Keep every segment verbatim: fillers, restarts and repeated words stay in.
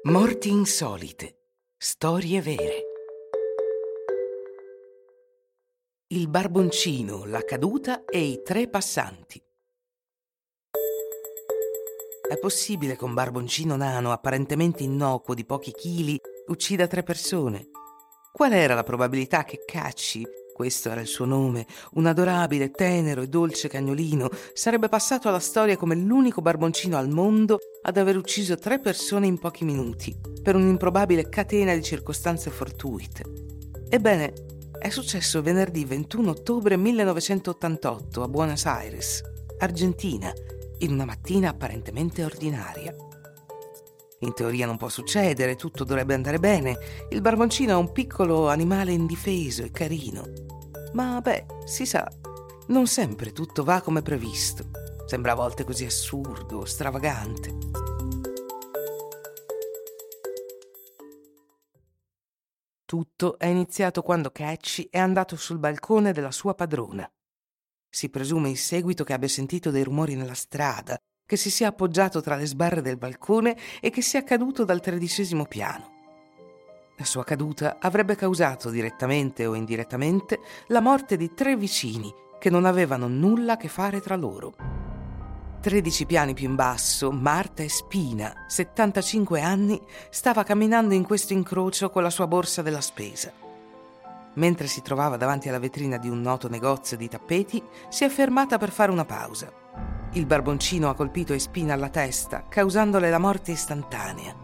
Morti insolite. Storie vere. Il barboncino, la caduta e i tre passanti. È possibile che un barboncino nano, apparentemente innocuo di pochi chili, uccida tre persone? Qual era la probabilità che Cacci, questo era il suo nome, un adorabile, tenero e dolce cagnolino, sarebbe passato alla storia come l'unico barboncino al mondo ad aver ucciso tre persone in pochi minuti, per un'improbabile catena di circostanze fortuite? Ebbene, è successo venerdì ventuno ottobre millenovecentottantotto a Buenos Aires, Argentina, in una mattina apparentemente ordinaria. In teoria non può succedere, tutto dovrebbe andare bene. Il barboncino è un piccolo animale indifeso e carino. Ma beh, si sa, non sempre tutto va come previsto. Sembra a volte così assurdo, stravagante. Tutto è iniziato quando Cacci è andato sul balcone della sua padrona. Si presume in seguito che abbia sentito dei rumori nella strada, che si sia appoggiato tra le sbarre del balcone e che sia caduto dal tredicesimo piano. La sua caduta avrebbe causato, direttamente o indirettamente, la morte di tre vicini che non avevano nulla a che fare tra loro. Tredici piani più in basso, Marta Espina, settantacinque anni, stava camminando in questo incrocio con la sua borsa della spesa. Mentre si trovava davanti alla vetrina di un noto negozio di tappeti, si è fermata per fare una pausa. Il barboncino ha colpito Espina alla testa, causandole la morte istantanea.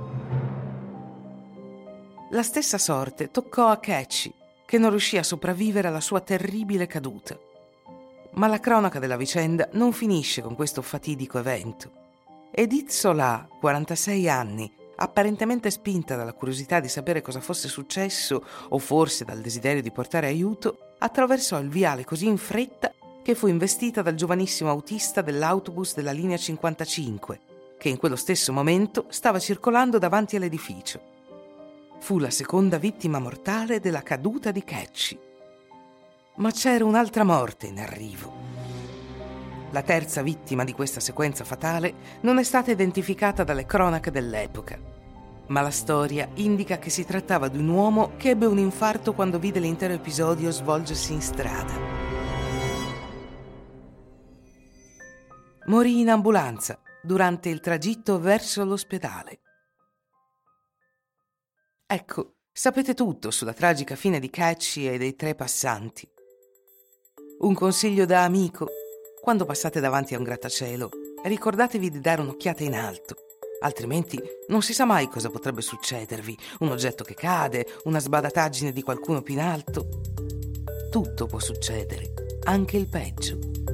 La stessa sorte toccò a Cacci, che non riuscì a sopravvivere alla sua terribile caduta. Ma la cronaca della vicenda non finisce con questo fatidico evento. Edith Solà, quarantasei anni, apparentemente spinta dalla curiosità di sapere cosa fosse successo o forse dal desiderio di portare aiuto, attraversò il viale così in fretta che fu investita dal giovanissimo autista dell'autobus della linea cinquantacinque, che in quello stesso momento stava circolando davanti all'edificio. Fu la seconda vittima mortale della caduta di Cacci. Ma c'era un'altra morte in arrivo. La terza vittima di questa sequenza fatale non è stata identificata dalle cronache dell'epoca, ma la storia indica che si trattava di un uomo che ebbe un infarto quando vide l'intero episodio svolgersi in strada. Morì in ambulanza durante il tragitto verso l'ospedale. Ecco, sapete tutto sulla tragica fine di Cacci e dei tre passanti. Un consiglio da amico: quando passate davanti a un grattacielo, ricordatevi di dare un'occhiata in alto, altrimenti non si sa mai cosa potrebbe succedervi, un oggetto che cade, una sbadataggine di qualcuno più in alto. Tutto può succedere, anche il peggio.